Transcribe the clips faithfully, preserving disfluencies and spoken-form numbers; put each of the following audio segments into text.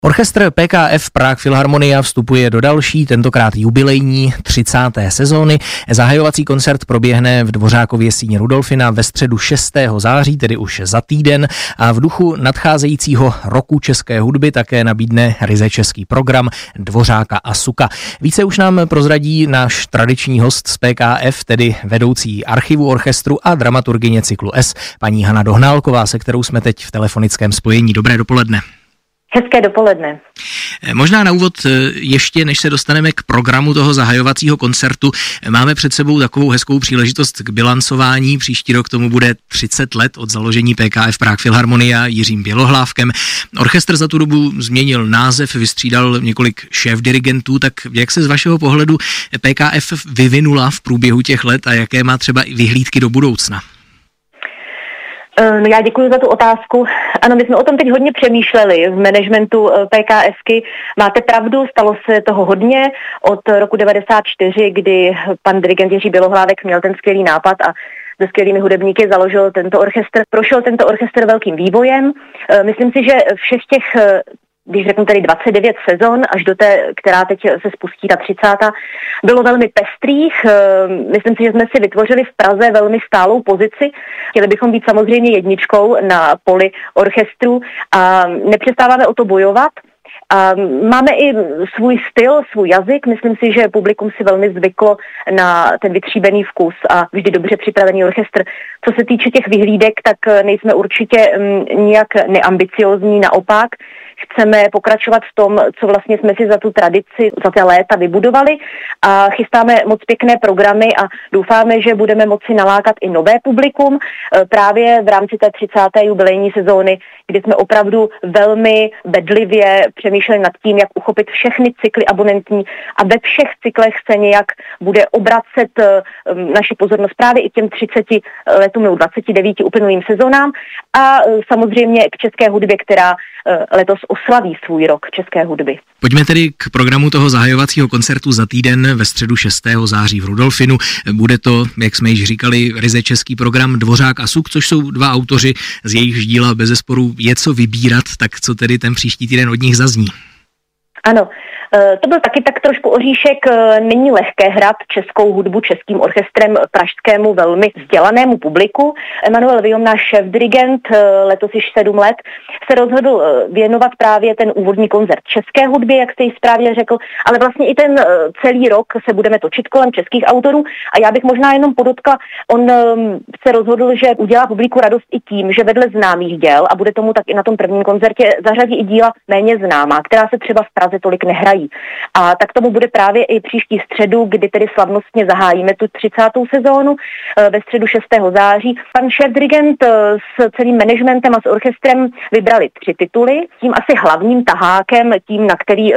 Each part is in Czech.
Orchestr P K F Prague Philharmonia vstupuje do další, tentokrát jubilejní třicáté sezóny. Zahajovací koncert proběhne v Dvořákově síni Rudolfina ve středu šestého září, tedy už za týden, a v duchu nadcházejícího roku české hudby také nabídne ryze český program Dvořáka a Suka. Více už nám prozradí náš tradiční host z P K F, tedy vedoucí archivu orchestru a dramaturgyně cyklu S, paní Hana Dohnálková, se kterou jsme teď v telefonickém spojení. Dobré dopoledne. Hezké dopoledne. Možná na úvod ještě, než se dostaneme k programu toho zahajovacího koncertu, máme před sebou takovou hezkou příležitost k bilancování. Příští rok tomu bude třicet let od založení P K F Prague Philharmonia Jiřím Bělohlávkem. Orchestr za tu dobu změnil název, vystřídal několik šéfdirigentů, tak jak se z vašeho pohledu P K F vyvinula v průběhu těch let a jaké má třeba i vyhlídky do budoucna? No já děkuji za tu otázku. Ano, my jsme o tom teď hodně přemýšleli v managementu PKFky. Máte pravdu, stalo se toho hodně od roku devadesát čtyři, kdy pan dirigent Jiří Bělohlávek měl ten skvělý nápad a se skvělými hudebníky založil tento orchestr. Prošel tento orchestr velkým vývojem. Myslím si, že všech těch, když řeknu tady dvacet devět sezon, až do té, která teď se spustí, ta třicátá, bylo velmi pestrých. Myslím si, že jsme si vytvořili v Praze velmi stálou pozici. Chtěli bychom být samozřejmě jedničkou na poli orchestru a nepřestáváme o to bojovat. A máme i svůj styl, svůj jazyk. Myslím si, že publikum si velmi zvyklo na ten vytříbený vkus a vždy dobře připravený orchestr. Co se týče těch vyhlídek, tak nejsme určitě nijak neambiciozní, naopak. Chceme pokračovat v tom, co vlastně jsme si za tu tradici, za ty léta vybudovali a chystáme moc pěkné programy a doufáme, že budeme moci nalákat i nové publikum právě v rámci té třicáté jubilejní sezóny, kdy jsme opravdu velmi bedlivě přemýšleli nad tím, jak uchopit všechny cykly abonentní a ve všech cyklech se nějak bude obracet naši pozornost právě i těm třiceti letům nebo dvaceti devíti uplynulým sezónám a samozřejmě k české hudbě, která letos oslaví svůj rok české hudby. Pojďme tedy k programu toho zahajovacího koncertu za týden ve středu šestého září v Rudolfinu. Bude to, jak jsme již říkali, ryze český program Dvořák a Suk, což jsou dva autoři, z jejichž díla bezesporu je co vybírat, tak co tedy ten příští týden od nich zazní? Ano, to byl taky tak trošku oříšek. Není lehké hrát českou hudbu českým orchestrem pražskému velmi vzdělanému publiku. Emanuel Vihom, náš šéfdirigent, letos již sedm let, se rozhodl věnovat právě ten úvodní koncert české hudbě, jak jste ji správně řekl, ale vlastně i ten celý rok se budeme točit kolem českých autorů a já bych možná jenom podotkla, on se rozhodl, že udělá publiku radost i tím, že vedle známých děl, a bude tomu tak i na tom prvním koncertě, zařadí i díla méně známá, která se třeba v Praze tolik nehrají. A tak tomu bude právě i příští středu, kdy tedy slavnostně zahájíme tu třicátou sezónu ve středu šestého září. Pan šéfdirigent s celým managementem a s orchestrem vybrali tři tituly. Tím asi hlavním tahákem, tím, na který uh,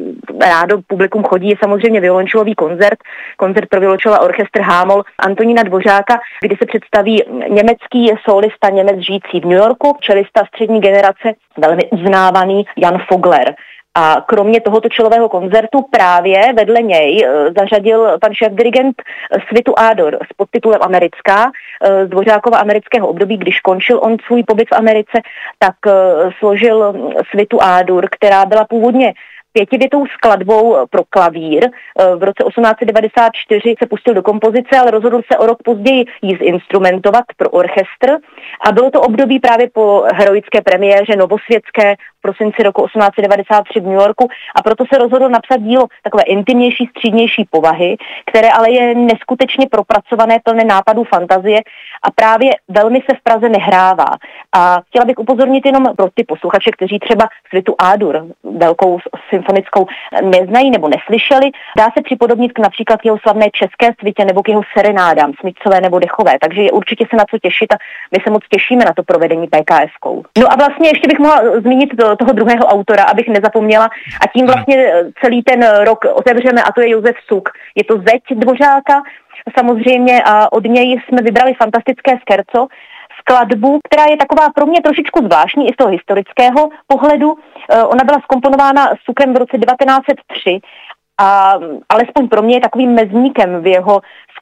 rádo publikum chodí, je samozřejmě violončelový koncert. Koncert pro violončelo a orchestr Hámol Antonína Dvořáka, kdy se představí německý solista, Němec žijící v New Yorku, čelista střední generace, velmi uznávaný Jan Fogler. A kromě tohoto čelového koncertu právě vedle něj zařadil pan šéfdirigent svitu A-dur s podtitulem Americká z Dvořákova amerického období. Když končil on svůj pobyt v Americe, tak složil svitu A-dur, která byla původně pětivětou skladbou pro klavír. V roce osmnáct set devadesát čtyři se pustil do kompozice, ale rozhodl se o rok později ji zinstrumentovat pro orchestr. A bylo to období právě po heroické premiéře Novosvětské v prosinci roku osmnáct set devadesát tři v New Yorku a proto se rozhodl napsat dílo takové intimnější, střídnější povahy, které ale je neskutečně propracované, plné nápadů, fantazie a právě velmi se v Praze nehrává. A chtěla bych upozornit jenom pro ty posluchače, kteří třeba svitu A-dur, velkou symfonickou, neznají nebo neslyšeli, dá se připodobnit k například k jeho slavné české svitě nebo k jeho serenádám, smyčcové nebo dechové, takže je určitě se na co těšit a my se moc těšíme na to provedení PKFkou. No a vlastně ještě bych mohla zmínit toho druhého autora, abych nezapomněla, a tím vlastně celý ten rok otevřeme, a to je Josef Suk. Je to zeď Dvořáka samozřejmě a od něj jsme vybrali fantastické scherzo, skladbu, která je taková pro mě trošičku zvláštní i z toho historického pohledu. Ona byla zkomponována Sukem v roce devatenáct set tři a alespoň pro mě je takovým mezníkem v jeho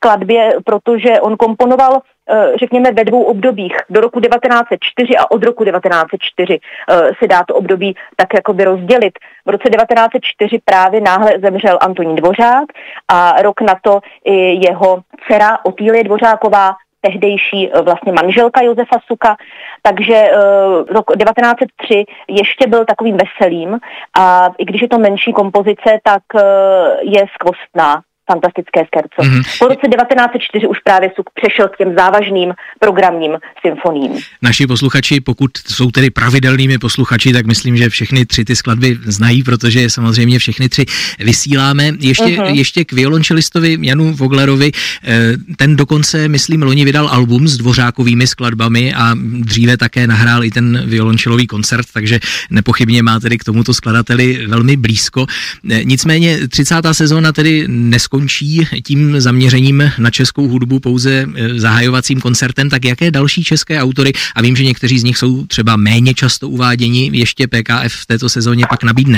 skladbě, protože on komponoval, řekněme, ve dvou obdobích. Do roku devatenáct set čtyři a od roku devatenáct set čtyři se dá to období tak jakoby rozdělit. V roce devatenáct set čtyři právě náhle zemřel Antonín Dvořák a rok na to i jeho dcera Otýlie Dvořáková, tehdejší vlastně manželka Josefa Suka, takže uh, rok devatenáct set tři ještě byl takovým veselým a i když je to menší kompozice, tak uh, je skvostná. Fantastické scherzo. Mm-hmm. Po roce devatenáct set čtyři už právě Suk přešel k těm závažným programním symfoniím. Naši posluchači, pokud jsou tedy pravidelnými posluchači, tak myslím, že všechny tři ty skladby znají, protože samozřejmě všechny tři vysíláme. Ještě, mm-hmm. ještě k violončelistovi Janu Voglerovi. Ten dokonce, myslím, loni vydal album s Dvořákovými skladbami a dříve také nahrál i ten violončelový koncert, takže nepochybně má tedy k tomuto skladateli velmi blízko. Nicméně třicátá sezóna tedy neskončí tím zaměřením na českou hudbu pouze zahajovacím koncertem, tak jaké další české autory, a vím, že někteří z nich jsou třeba méně často uváděni, ještě P K F v této sezóně pak nabídne?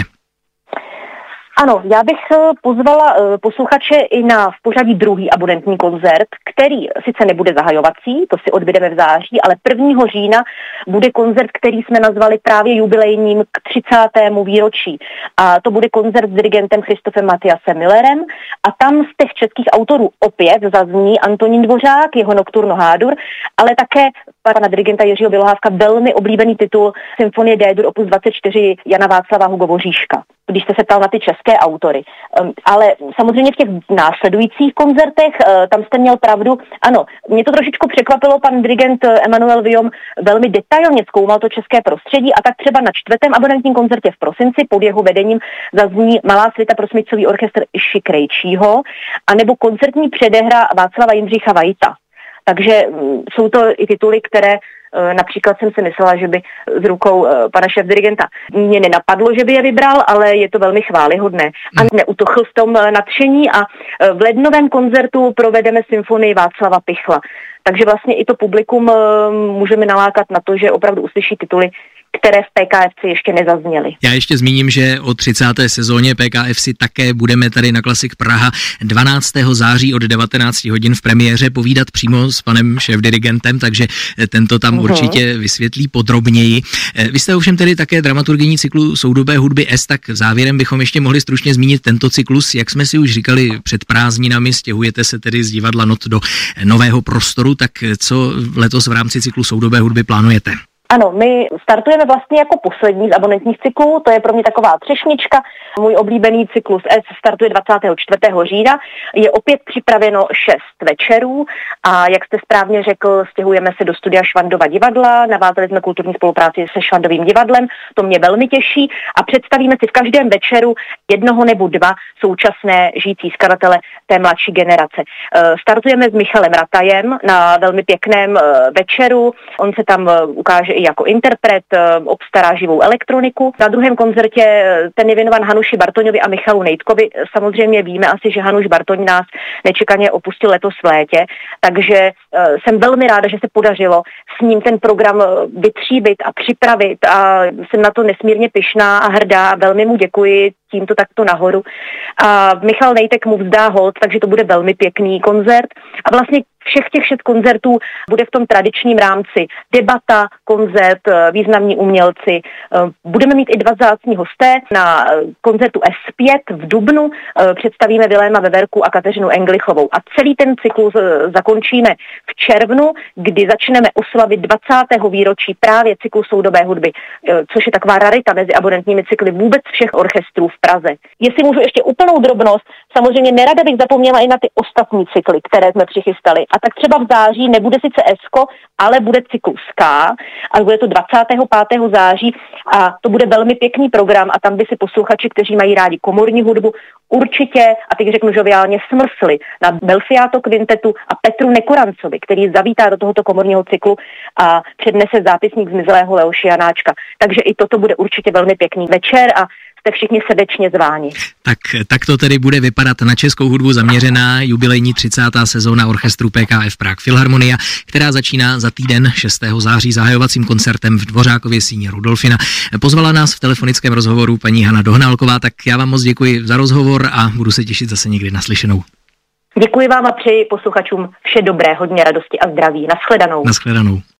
Ano, já bych pozvala posluchače i na v pořadí druhý abonentní koncert, který sice nebude zahajovací, to si odbydeme v září, ale prvního října bude koncert, který jsme nazvali právě jubilejním k třicátému výročí. A to bude koncert s dirigentem Christofem Matiasem Millerem a tam z těch českých autorů opět zazní Antonín Dvořák, jeho Nocturno Hádur, ale také pana dirigenta Jiřího Bělohávka velmi oblíbený titul Symfonie D-dur opus dvacet čtyři Jana Václava Hugo Voříška, když jste se ptal na ty české autory. Um, ale samozřejmě v těch následujících koncertech, uh, tam jste měl pravdu. Ano, mě to trošičku překvapilo, pan dirigent Emmanuel Villaume velmi detailně zkoumal to české prostředí a tak třeba na čtvrtém abonentním koncertě v prosinci pod jeho vedením zazní Malá svita pro smyčcový orchestr Iši Krejčího anebo koncertní předehra Václava Jindřicha Vajta. Takže um, jsou to i tituly, které například jsem si myslela, že by z rukou pana šéfdirigenta mě nenapadlo, že by je vybral, ale je to velmi chvályhodné. A neutuchl v tom nadšení a v lednovém koncertu provedeme symfonii Václava Pichla. Takže vlastně i to publikum můžeme nalákat na to, že opravdu uslyší tituly, které v P K F C ještě nezazněly. Já ještě zmíním, že o třicáté sezóně P K F C také budeme tady na Klasik Praha dvanáctého září od devatenáct hodin v premiéře povídat přímo s panem šéfdirigentem, takže tento tam uh-huh. určitě vysvětlí podrobněji. Vy jste ovšem tedy také dramaturgyní cyklu soudobé hudby S, tak závěrem bychom ještě mohli stručně zmínit tento cyklus. Jak jsme si už říkali před prázdninami, stěhujete se tedy z divadla Not do nového prostoru, tak co letos v rámci cyklu soudobé hudby plánujete? Ano, my startujeme vlastně jako poslední z abonentních cyklů, to je pro mě taková třešnička. Můj oblíbený cyklus S startuje dvacátého čtvrtého října, je opět připraveno šest večerů a jak jste správně řekl, stěhujeme se do studia Švandova divadla, navázali jsme kulturní spolupráci se Švandovým divadlem, to mě velmi těší a představíme si v každém večeru jednoho nebo dva současné žijící skladatele té mladší generace. Startujeme s Michalem Ratajem na velmi pěkném večeru, on se tam ukáže i jako interpret, obstará živou elektroniku. Na druhém koncertě ten je věnovan Hanuši Bartoňovi a Michalu Nejtkovi. Samozřejmě víme asi, že Hanuš Bartoň nás nečekaně opustil letos v létě, takže jsem velmi ráda, že se podařilo s ním ten program vytříbit a připravit a jsem na to nesmírně pyšná a hrdá a velmi mu děkuji tímto takto nahoru. A Michal Nejtek mu vzdá hold, takže to bude velmi pěkný koncert. A vlastně všech těch šest koncertů bude v tom tradičním rámci debata, koncert, významní umělci. Budeme mít i dva vzácní hosté. Na koncertu S pět v dubnu představíme Viléma Veverku a Kateřinu Englichovou. A celý ten cyklus zakončíme v červnu, kdy začneme oslavit dvacátého výročí právě cyklu soudobé hudby, což je taková rarita mezi abonentními cykly vůbec všech orchestrů v Praze. Jestli můžu ještě úplnou drobnost, samozřejmě nerada bych zapomněla i na ty ostatní cykly, které jsme přichystali. A tak třeba v září nebude sice Esko, ale bude cyklus K a bude to dvacátého pátého září a to bude velmi pěkný program a tam by si posluchači, kteří mají rádi komorní hudbu, určitě, a teď řeknu žoviálně, smrsli na Belfiato kvintetu a Petru Nekurancovi, který zavítá do tohoto komorního cyklu a přednese zápisník zmizelého Leoše Janáčka. Takže i toto bude určitě velmi pěkný večer a jste všichni srdečně zváni. Tak, tak to tedy bude vypadat na českou hudbu zaměřená jubilejní třicátá sezóna orchestru P K F Prague Filharmonia, která začíná za týden šestého září zahajovacím koncertem v Dvořákově síni Rudolfina. Pozvala nás v telefonickém rozhovoru paní Hana Dohnálková, tak já vám moc děkuji za rozhovor a budu se těšit zase někdy naslyšenou. Děkuji vám a přeji posluchačům vše dobré, hodně radosti a zdraví. Nashledanou. Nashledanou.